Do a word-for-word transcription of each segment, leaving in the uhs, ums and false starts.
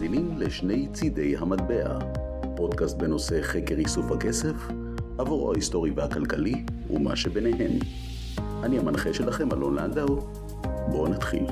מאזינים לשני צידי המטבע, פודקאסט בנושא חקר איסוף הכסף, עבורו ההיסטורי והכלכלי ומה שביניהם. אני המנחה שלכם אלון לנדאו, בואו נתחיל.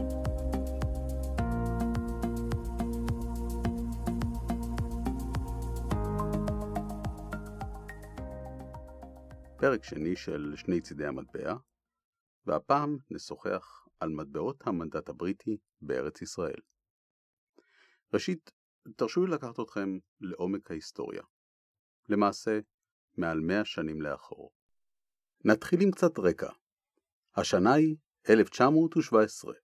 פרק שני של שני צידי המטבע, והפעם נשוחח על מטבעות המנדט הבריטי בארץ ישראל. ראשית, תרשו לי לקחת אתכם לעומק ההיסטוריה. למעשה, מעל מאה שנים לאחור. נתחיל עם קצת רקע. השנה היא אלף תשע מאות שבע עשרה.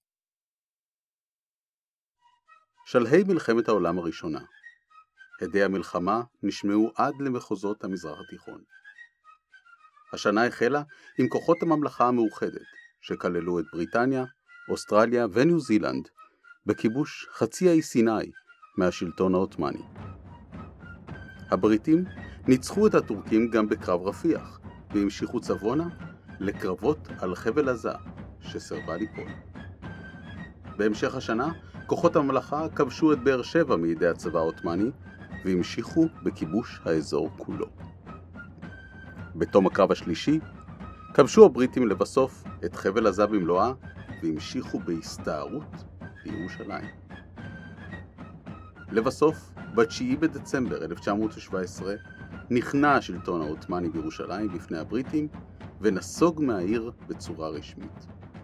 שלהי מלחמת העולם הראשונה. הדי המלחמה נשמעו עד למחוזות המזרח התיכון. השנה החלה עם כוחות הממלכה המאוחדת, שכללו את בריטניה, אוסטרליה וניו זילנד, בכיבוש חצי האי סיני מהשלטון העות'מאני. הבריטים ניצחו את הטורקים גם בקרב רפיח, והמשיכו צפונה לקרבות על חבל עזה, שסרבה ליפול. בהמשך השנה, כוחות הממלכה כבשו את באר שבע מידי הצבא העות'מאני, והמשיכו בכיבוש האזור כולו. בתום הקרב השלישי, כבשו הבריטים לבסוף את חבל עזה במלואה, והמשיכו בהסתערות בירושלים. לבסוף, בתשיעי בדצמבר אלף תשע מאות שבע עשרה, נכנע השלטון העות'מאני בירושלים בפני הבריטים, ונסוג מהעיר בצורה רשמית.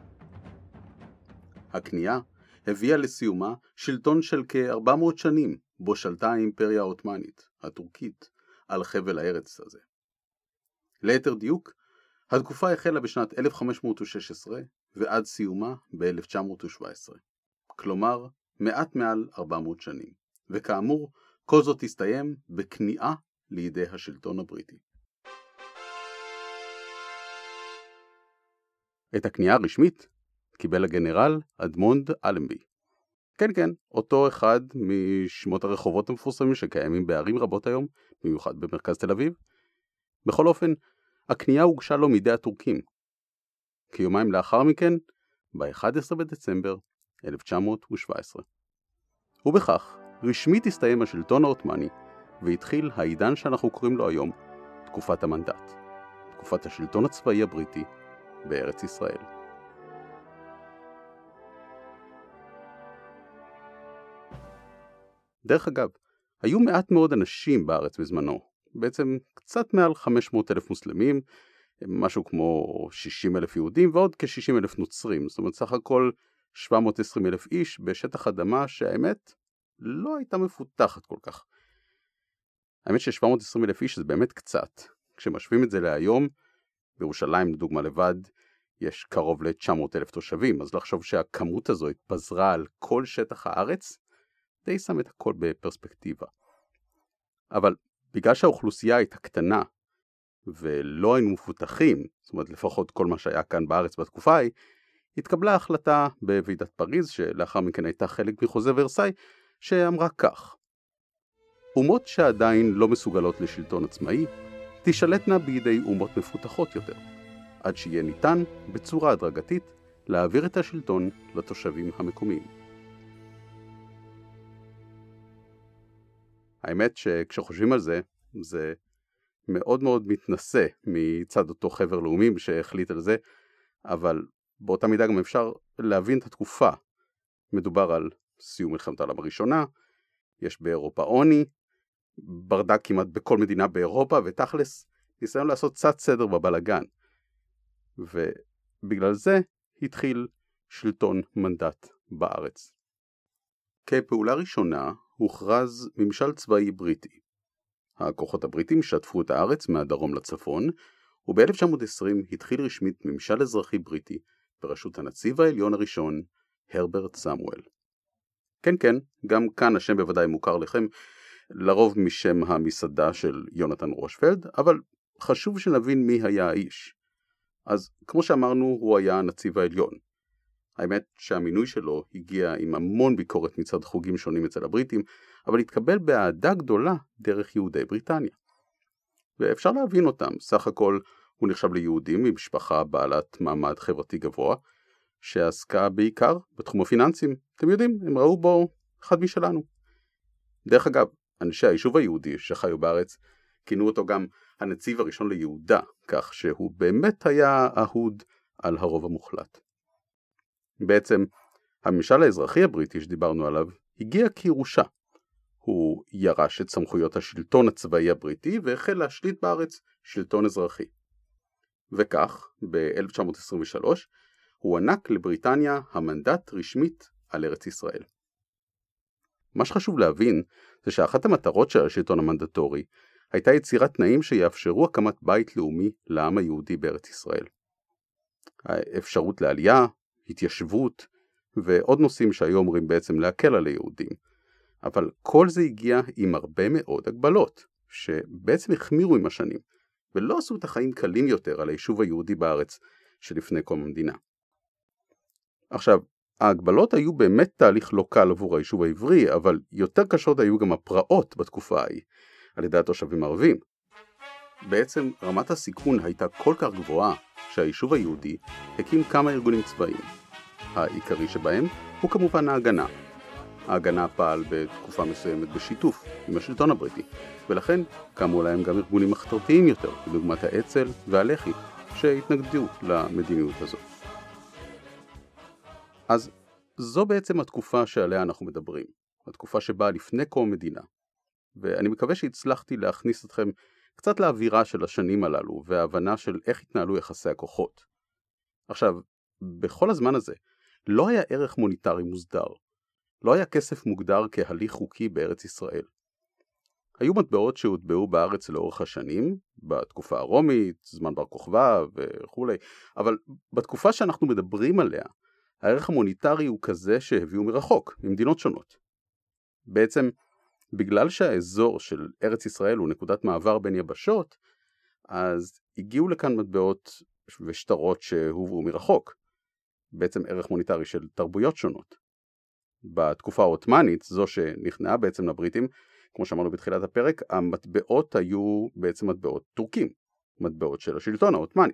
הכניעה הביאה לסיומה שלטון של כ-ארבע מאות שנים, בו שלטה האימפריה העות'מאנית, הטורקית, על חבל הארץ הזה. ליתר דיוק, התקופה החלה בשנת אלף חמש מאות ושש עשרה ועד סיומה ב-אלף תשע מאות שבע עשרה. כלומר, מעט מעל ארבע מאות שנים. וכאמור, כל זאת הסתיים בכניעה לידי השלטון הבריטי. את הכניעה הרשמית קיבל הגנרל אדמונד אלנבי. כן כן, אותו אחד משמות הרחובות המפורסמים שקיימים בערים רבות היום, במיוחד במרכז תל אביב. בכל אופן, הכניעה הוגשה לו מידי הטורקים. כיומיים לאחר מכן, ב-אחד עשר בדצמבר אלף תשע מאות שבע עשרה. ובכך, רשמית הסתיים השלטון העות'מאני, והתחיל העידן שאנחנו קוראים לו היום, תקופת המנדט, תקופת השלטון הצבאי הבריטי בארץ ישראל. דרך אגב, היו מעט מאוד אנשים בארץ בזמנו, בעצם קצת מעל חמש מאות אלף מוסלמים, משהו כמו שישים אלף יהודים ועוד כ-שישים אלף נוצרים, זאת אומרת סך הכל שבע מאות ועשרים אלף איש בשטח אדמה שהאמת לא הייתה מפותחת כל כך. האמת ש-שבע מאות ועשרים אלף איש זה באמת קצת. כשמשווים את זה להיום, בירושלים לדוגמה לבד, יש קרוב ל-תשע מאות אלף תושבים, אז לחשוב שהכמות הזו התפזרה על כל שטח הארץ, די שם את הכל בפרספקטיבה. אבל בגלל שהאוכלוסייה הייתה קטנה, ולא היינו מפותחים, זאת אומרת לפחות כל מה שהיה כאן בארץ בתקופה ההיא, התקבלה החלטה בוועידת פריז, שלאחר מכן הייתה חלק מחוזה ורסאי, שאמרה כך: אומות שעדיין לא מסוגלות לשלטון עצמאי, תשלטנה בידי אומות מפותחות יותר, עד שיהיה ניתן בצורה הדרגתית להעביר את השלטון לתושבים המקומיים. האמת שכשחושבים על זה, זה מאוד מאוד מתנשא מצד אותו חבר לאומים שהחליט על זה, אבל באותה מידה גם אפשר להבין את התקופה. מדובר על סיום מלחמת העולם הראשונה, יש באירופה עוני, ברדק כמעט בכל מדינה באירופה, ותכלס ניסיון לעשות קצת סדר בבלגן. ובגלל זה התחיל שלטון מנדט בארץ. כפעולה ראשונה הוכרז ממשל צבאי בריטי. הכוחות הבריטים שטפו את הארץ מהדרום לצפון, וב-אלף תשע מאות ועשרים התחיל רשמית ממשל אזרחי בריטי בראשות הנציב העליון הראשון, הרברט סמואל. כן כן, גם כאן השם בוודאי מוכר לכם, לרוב משם המסעדה של יונתן רושפלד, אבל חשוב שנבין מי היה האיש. אז כמו שאמרנו, הוא היה הנציב העליון. האמת שהמינוי שלו הגיע עם המון ביקורת מצד חוגים שונים אצל הבריטים, אבל התקבל באהדה גדולה דרך יהודי בריטניה. ואפשר להבין אותם, סך הכל הוא נחשב ליהודים ממשפחה בעלת מעמד חברתי גבוה, שעסקה בעיקר בתחום הפיננסים. אתם יודעים, הם ראו בו אחד משלנו. דרך אגב, אנשי היישוב היהודי שחיו בארץ כינו אותו גם הנציב הראשון ליהודה, כך שהוא באמת היה אהוד על הרוב המוחלט. בעצם הממשל האזרחי הבריטי שדיברנו עליו הגיע כירושה. הוא ירש את סמכויות השלטון הצבאי הבריטי והחל להשליט בארץ שלטון אזרחי. וכך, ב-אלף תשע מאות עשרים ושלוש, הוא ענק לבריטניה המנדט רשמית על ארץ ישראל. מה שחשוב להבין זה שאחת המטרות של השלטון המנדטורי הייתה יצירת תנאים שיאפשרו הקמת בית לאומי לעם היהודי בארץ ישראל. האפשרות לעלייה, התיישבות ועוד נושאים שהיו אומרים בעצם להקל על היהודים. אבל כל זה הגיע עם הרבה מאוד הגבלות, שבעצם החמירו עם השנים, ולא עשו את החיים קלים יותר על היישוב היהודי בארץ שלפני קום המדינה. עכשיו, ההגבלות היו באמת תהליך לא קל עבור היישוב העברי, אבל יותר קשות היו גם הפרעות בתקופה ההיא, על ידי התושבים הערבים. בעצם רמת הסיכון הייתה כל כך גבוהה, שהיישוב היהודי הקים כמה ארגונים צבאיים. העיקרי שבהם הוא כמובן ההגנה. ההגנה פעל בתקופה מסוימת בשיתוף עם השלטון הבריטי, ולכן קמו להם גם ארגונים מחתרתיים יותר, דוגמת האצ"ל והלח"י, שהתנגדו למדיניות הזאת. אז זו בעצם התקופה שעליה אנחנו מדברים, התקופה שבאה לפני קום המדינה, ואני מקווה שהצלחתי להכניס אתכם קצת לאווירה של השנים הללו, וההבנה של איך התנהלו יחסי הכוחות. עכשיו, בכל הזמן הזה, לא היה ערך מוניטרי מוסדר, לא היה כסף מוגדר כהליך חוקי בארץ ישראל. היו מטבעות שהוטבעו בארץ לאורך השנים, בתקופה הרומית, זמן בר כוכבא וכו', אבל בתקופה שאנחנו מדברים עליה, הערך המוניטרי הוא כזה שהביאו מרחוק, ממדינות שונות. בעצם, בגלל שהאזור של ארץ ישראל הוא נקודת מעבר בין יבשות, אז הגיעו לכאן מטבעות ושטרות שהובאו מרחוק. בעצם ערך מוניטרי של תרבויות שונות. בתקופה העות'מאנית, זו שנכנעה בעצם לבריטים, כמו שאמרנו בתחילת הפרק, המטבעות היו בעצם מטבעות טורקים, מטבעות של השלטון העות'מאני.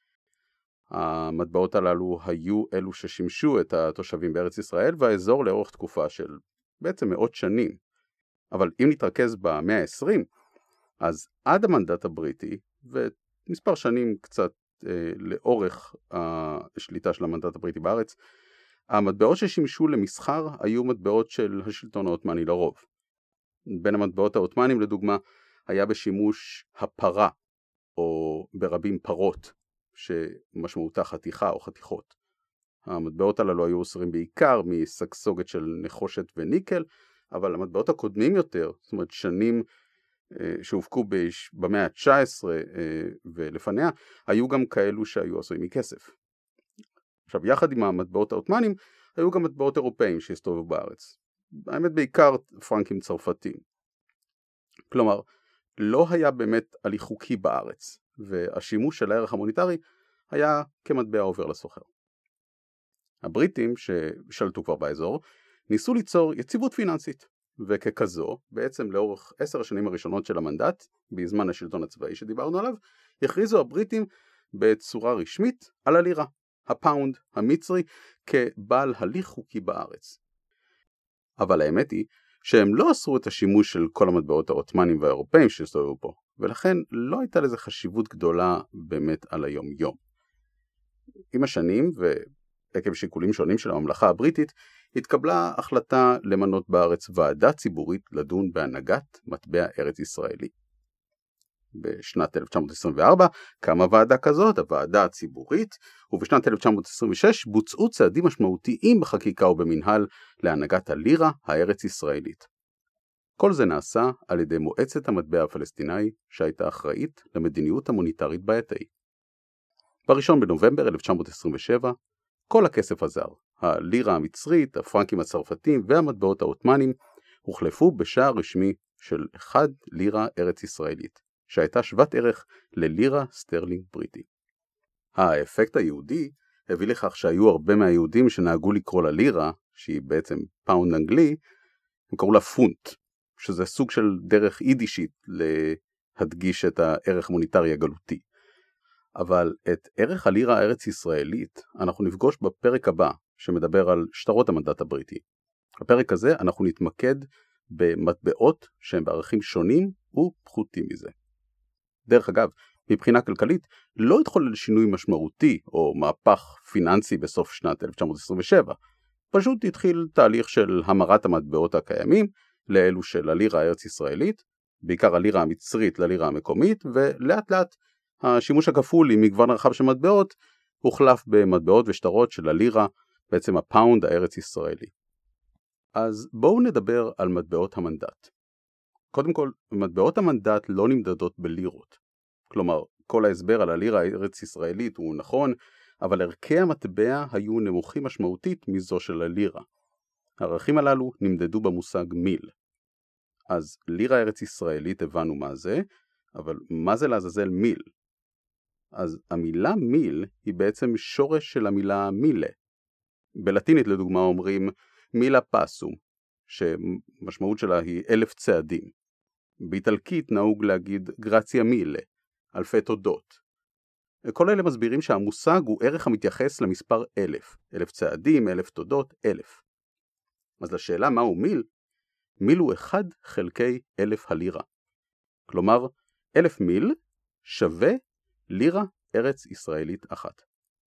המטבעות הללו היו אלו ששימשו את התושבים בארץ ישראל והאזור לאורך תקופה של בעצם מאות שנים. אבל אם נתרכז במאה ה-עשרים, אז עד המנדט הבריטי, ומספר שנים קצת אה, לאורך השליטה של המנדט הבריטי בארץ, המטבעות ששימשו למסחר היו מטבעות של השלטון העות'מאני לרוב. בין המטבעות העות'מאנים לדוגמה היה בשימוש הפרה, או ברבים פרות, שמשמעותה חתיכה או חתיכות. המטבעות הללו היו אוסרים בעיקר מסגסוגת של נחושת וניקל, אבל המטבעות הקודמים יותר, זאת אומרת שנים אה, שהופקו בש... במאה ה-תשע עשרה אה, ולפניה, היו גם כאלו שהיו עשויים מכסף. עכשיו, יחד עם המטבעות העות'מאנים, היו גם מטבעות אירופאים שהסתובבו בארץ. האמת בעיקר פרנקים צרפתים. כלומר, לא היה באמת הליך חוקי בארץ, והשימוש של הערך המוניטרי היה כמטבע עובר לסוחר. הבריטים ששלטו כבר באזור, ניסו ליצור יציבות פיננסית, וככזו, בעצם לאורך עשר השנים הראשונות של המנדט, בזמן השלטון הצבאי שדיברנו עליו, הכריזו הבריטים בצורה רשמית על הלירה, הפאונד המצרי, כבעל הליך חוקי בארץ. אבל האמת היא שהם לא אסרו את השימוש של כל המטבעות העות'מאנים והאירופאים שהסתובבו פה, ולכן לא הייתה לזה חשיבות גדולה באמת על היום יום. עם השנים ועקב שיקולים שונים של הממלכה הבריטית, התקבלה החלטה למנות בארץ ועדה ציבורית לדון בהנהגת מטבע ארץ ישראלי. בשנת אלף תשע מאות עשרים וארבע קמה ועדה כזאת, הוועדה הציבורית, ובשנת אלף תשע מאות עשרים ושש בוצעו צעדים משמעותיים בחקיקה ובמנהל להנהגת הלירה הארץ ישראלית. כל זה נעשה על ידי מועצת המטבע הפלסטיני שהייתה אחראית למדיניות המוניטרית בעת ההיא. בראשון בנובמבר אלף תשע מאות עשרים ושבע כל הכסף הזר, הלירה המצרית, הפרנקים הצרפתים והמטבעות העות'מאנים הוחלפו בשער רשמי של אחד לירה ארץ ישראלית, שהייתה שוות ערך ללירה סטרלינג בריטי. האפקט היהודי הביא לכך שהיו הרבה מהיהודים שנהגו לקרוא ללירה, שהיא בעצם פאונד אנגלי, הם קראו לה פונט, שזה סוג של דרך יידישית להדגיש את הערך המוניטרי הגלותי. אבל את ערך הלירה הארץ ישראלית אנחנו נפגוש בפרק הבא, שמדבר על שטרות המנדט הבריטי. בפרק הזה אנחנו נתמקד במטבעות שהם בערכים שונים ופחותים מזה. דרך אגב, מבחינה כלכלית לא התחולל שינוי משמעותי או מהפך פיננסי בסוף שנת אלף תשע מאות עשרים ושבע, פשוט התחיל תהליך של המרת המטבעות הקיימים לאלו של הלירה הארץ ישראלית, בעיקר הלירה המצרית ללירה המקומית, ולאט לאט השימוש הכפול עם מגוון רחב של מטבעות הוחלף במטבעות ושטרות של הלירה, בעצם הפאונד הארץ ישראלי. אז בואו נדבר על מטבעות המנדט. קודם כל, מטבעות המנדט לא נמדדות בלירות. כלומר, כל ההסבר על הלירה הארץ ישראלית הוא נכון, אבל ערכי המטבע היו נמוכים משמעותית מזו של הלירה. הערכים הללו נמדדו במושג מיל. אז לירה ארץ ישראלית הבנו מה זה, אבל מה זה לעזאזל מיל? אז המילה מיל היא בעצם שורש של המילה מילה. בלטינית לדוגמה אומרים מילה פסום, שמשמעות שלה היא אלף צעדים. באיטלקית נהוג להגיד גרציה מילה, אלפי תודות. כל אלה מסבירים שהמושג הוא ערך המתייחס למספר אלף, אלף צעדים, אלף תודות, אלף. אז לשאלה מהו מיל? מיל הוא אחד חלקי אלף הלירה. כלומר, אלף מיל שווה לירה ארץ ישראלית אחת.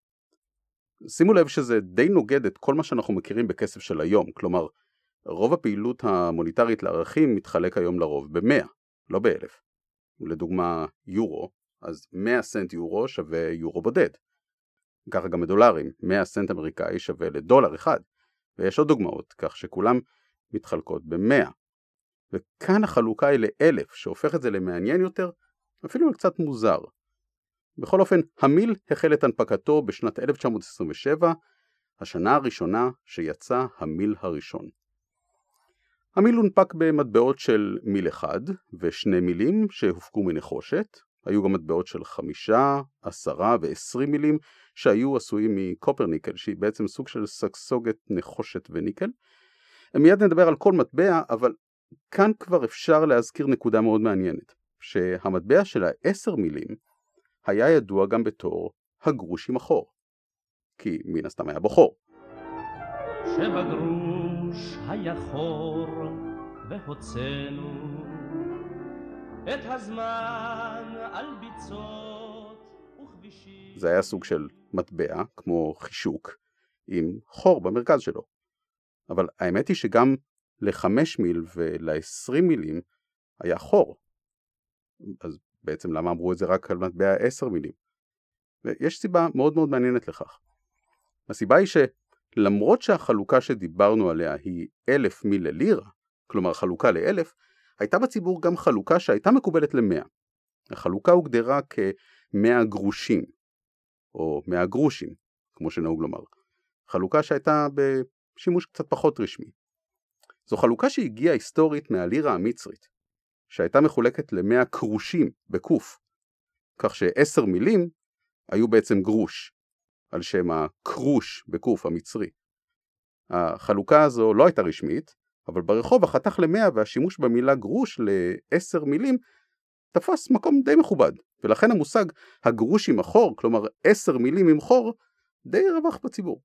שימו לב שזה די נוגד את כל מה שאנחנו מכירים בכסף של היום, כלומר, רוב הפעילות המוניטרית לערכים מתחלק היום לרוב ב-מאה, לא ב-אלף. לדוגמה, יורו, אז מאה סנט יורו שווה יורו בודד. ככה גם בדולרים, מאה סנט אמריקאי שווה לדולר אחד, ויש עוד דוגמאות, כך שכולם מתחלקות ב-מאה. וכאן החלוקה היא לאלף, שהופך את זה למעניין יותר, אפילו קצת מוזר. בכל אופן, המיל החל את הנפקתו בשנת אלף תשע מאות עשרים ושבע, השנה הראשונה שיצא המיל הראשון. המיל הונפק במטבעות של מיל אחד ושני מילים שהופקו מנחושת. היו גם מטבעות של חמישה, עשרה ועשרים מילים שהיו עשויים מקופרניקל, שהיא בעצם סוג של סגסוגת נחושת וניקל. מיד נדבר על כל מטבע, אבל כאן כבר אפשר להזכיר נקודה מאוד מעניינת, שהמטבע של העשר מילים היה ידוע גם בתור הגרוש עם החור, כי מן הסתם היה בו חור. שבגרוש היה חור והוצאנו את הזמן על ביצות וכבישים. זה היה סוג של מטבע כמו חישוק עם חור במרכז שלו. אבל האמת היא שגם לחמש מיל ולעשרים מילים היה חור. אז בעצם למה אמרו את זה רק על מטבע עשר מילים? ויש סיבה מאוד מאוד מעניינת לכך. הסיבה היא שלמרות שהחלוקה שדיברנו עליה היא אלף מיל ללירה, כלומר חלוקה לאלף, הייתה בציבור גם חלוקה שהייתה מקובלת למאה. החלוקה הוגדרה כמאה גרושים, או מאה גרושים, כמו שנהוג לומר. חלוקה שהייתה בשימוש קצת פחות רשמי. זו חלוקה שהגיעה היסטורית מהלירה המצרית, שהייתה מחולקת למאה קרושים בקוף, כך שעשר מילים היו בעצם גרוש, על שם הקרוש בקוף המצרי. החלוקה הזו לא הייתה רשמית, אבל ברחוב החתך למאה והשימוש במילה גרוש לעשר מילים תפס מקום די מכובד, ולכן המושג הגרוש עם החור, כלומר עשר מילים עם חור, די רווח בציבור.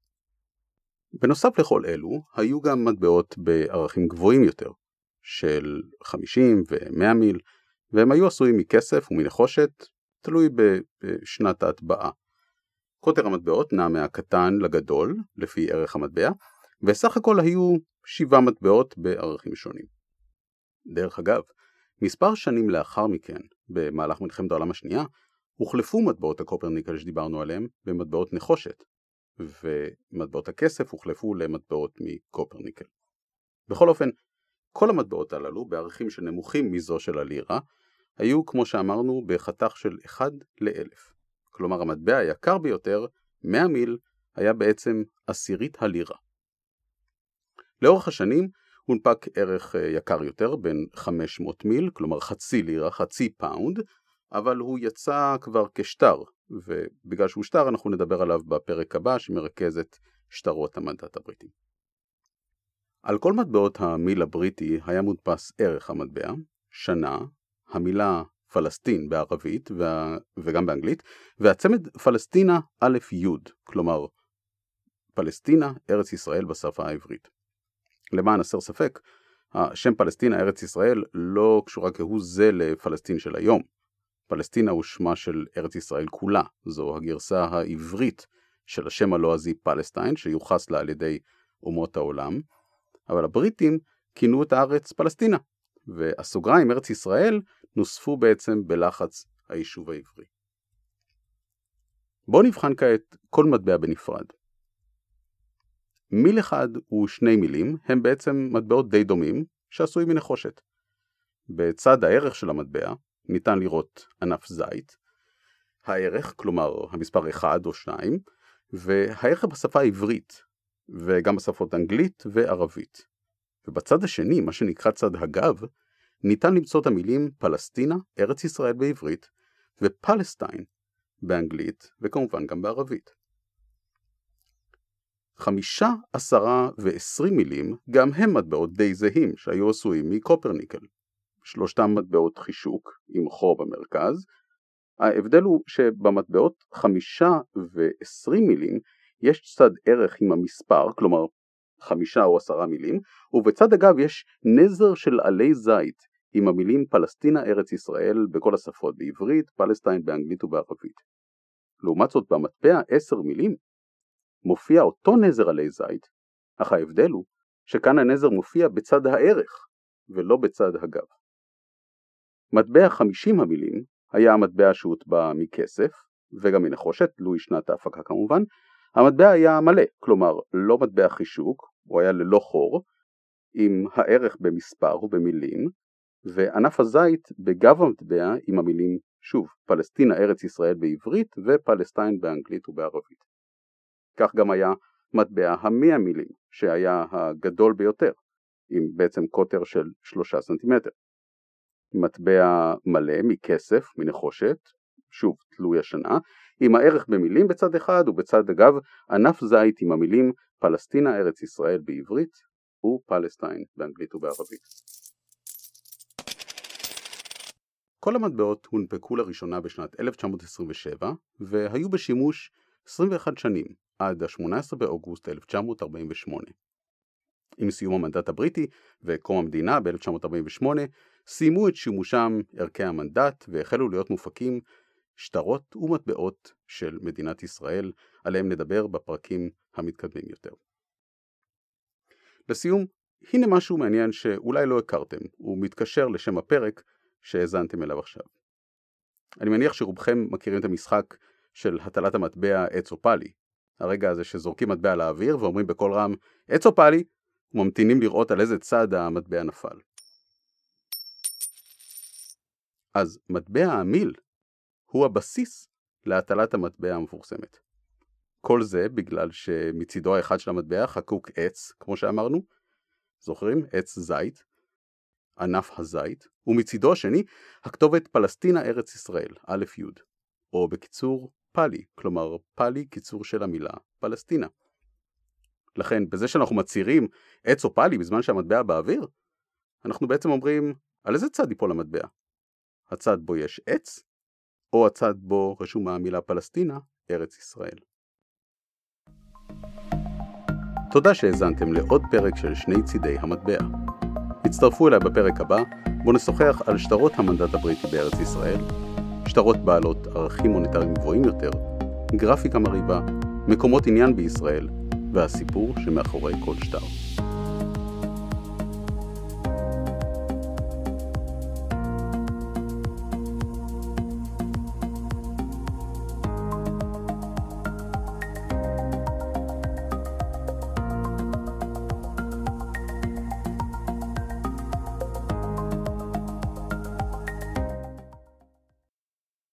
בנוסף לכל אלו, היו גם מטבעות בערכים גבוהים יותר, של חמישים ו-מאה מיל, והם היו עשויים מכסף ומנחושת, תלוי בשנת ההטבעה. קוטר המטבעות נע מהקטן לגדול, לפי ערך המטבע, וסך הכל היו שבעה מטבעות בערכים שונים. דרך אגב, מספר שנים לאחר מכן, במהלך מלחמת העולם השנייה, הוחלפו מטבעות הקופרניקל שדיברנו עליהם במטבעות נחושת, ומטבעות הכסף הוחלפו למטבעות מקופרניקל. בכל אופן, כל המטבעות הללו, בערכים שנמוכים מזו של הלירה, היו, כמו שאמרנו, בחתך של אחד לאלף. כלומר, המטבע היקר ביותר, מאה מיל, היה בעצם עשירית הלירה. לאורך השנים הונפק ערך יקר יותר, בין חמש מאות מיל, כלומר חצי לירה, חצי פאונד, אבל הוא יצא כבר כשטר, ובגלל שהוא שטר אנחנו נדבר עליו בפרק הבא שמרכז את שטרות המנדט הבריטי. על כל מטבעות המיל הבריטי היה מודפס ערך המטבע, שנה, המילה פלסטין בערבית וה... וגם באנגלית, והצמד פלסטינה א' י', כלומר פלסטינה, ארץ ישראל בשפה העברית. למען הסר ספק, השם פלסטינה, ארץ ישראל, לא קשורה כהוא זה לפלסטין של היום. פלסטינה הוא שמה של ארץ ישראל כולה. זו הגרסה העברית של השם הלועזי פלסטיין, שיוחס לה על ידי אומות העולם. אבל הבריטים כינו את הארץ פלסטינה, והסוגריים ארץ ישראל נוספו בעצם בלחץ היישוב העברי. בואו נבחן כעת כל מטבע בנפרד. מיל אחד ושני מילים הם בעצם מטבעות די דומים שעשויים מנחושת. בצד הערך של המטבע ניתן לראות ענף זית, הערך, כלומר המספר אחד או שניים, והערך בשפה העברית, וגם בשפות אנגלית וערבית. ובצד השני, מה שנקרא צד הגב, ניתן למצוא את המילים פלסטינה, ארץ ישראל בעברית, ופלסטיין באנגלית, וכמובן גם בערבית. חמישה, עשרה ועשרים מילים גם הם מטבעות די זהים שהיו עשויים מקופרניקל. שלושתם מטבעות חישוק עם חור במרכז. ההבדל הוא שבמטבעות חמישה ועשרים מילים יש צד ערך עם המספר, כלומר חמישה או עשרה מילים, ובצד אגב יש נזר של עלי זית עם המילים פלסטינה ארץ ישראל בכל השפות, בעברית, פלסטיין, באנגלית ובערבית. לעומת זאת במטבע עשר מילים מופיע אותו נזר עלי זית, אך ההבדל הוא שכאן הנזר מופיע בצד הערך ולא בצד הגב. מטבע חמישים המילים היה המטבע שהוטבע מכסף וגם מנחושת, תלוי שנת ההפקה כמובן. המטבע היה מלא, כלומר לא מטבע חישוק, הוא היה ללא חור, עם הערך במספר ובמילים, וענף הזית בגב המטבע עם המילים, שוב, פלסטינה ארץ ישראל בעברית ופלסטיין באנגלית ובערבית. כך גם היה מטבע המאה מילים, שהיה הגדול ביותר, עם בעצם קוטר של שלושה סנטימטר. מטבע מלא מכסף, מנחושת, שוב תלוי השנה, עם הערך במילים בצד אחד ובצד אגב ענף זית עם המילים פלסטינה ארץ ישראל בעברית ופלסטיין באנגלית ובערבית. כל המטבעות הונפקו לראשונה בשנת אלף תשע מאות עשרים ושבע והיו בשימוש עשרים ואחת שנים עד ה-שמונה עשרה באוגוסט אלף תשע מאות ארבעים ושמונה. עם סיום המנדט הבריטי וקום המדינה ב-אלף תשע מאות ארבעים ושמונה סיימו את שימושם ערכי המנדט והחלו להיות מופקים שטרות ומטבעות של מדינת ישראל, עליהם נדבר בפרקים המתקדמים יותר. לסיום, הנה משהו מעניין שאולי לא הכרתם, הוא מתקשר לשם הפרק שהאזנתם אליו עכשיו. אני מניח שרובכם מכירים את המשחק של הטלת המטבע עץ או פלי, הרגע הזה שזורקים מטבע לאוויר ואומרים בקול רם עץ או פלי, וממתינים לראות על איזה צד המטבע נפל. אז מטבע המיל הוא הבסיס להטלת המטבע המפורסמת. כל זה בגלל שמצידו האחד של המטבע חקוק עץ, כמו שאמרנו, זוכרים? עץ זית, ענף הזית, ומצידו השני הכתובת פלסטינה ארץ ישראל, א' י', או בקיצור פלי, כלומר פלי קיצור של המילה פלסטינה. לכן בזה שאנחנו מצירים עץ או פלי בזמן שהמטבע באוויר, אנחנו בעצם אומרים על איזה צד ייפול המטבע? הצד בו יש עץ, או הצד בו רשומה המילה פלסטינה, ארץ ישראל. תודה שהאזנתם לעוד פרק של שני צידי המטבע. הצטרפו אליי בפרק הבא, בו נשוחח על שטרות המנדט הבריטי בארץ ישראל, שטרות בעלות ערכים מוניטריים גבוהים יותר, גרפיקה מרהיבה, מקומות עניין בישראל, והסיפור שמאחורי כל שטר.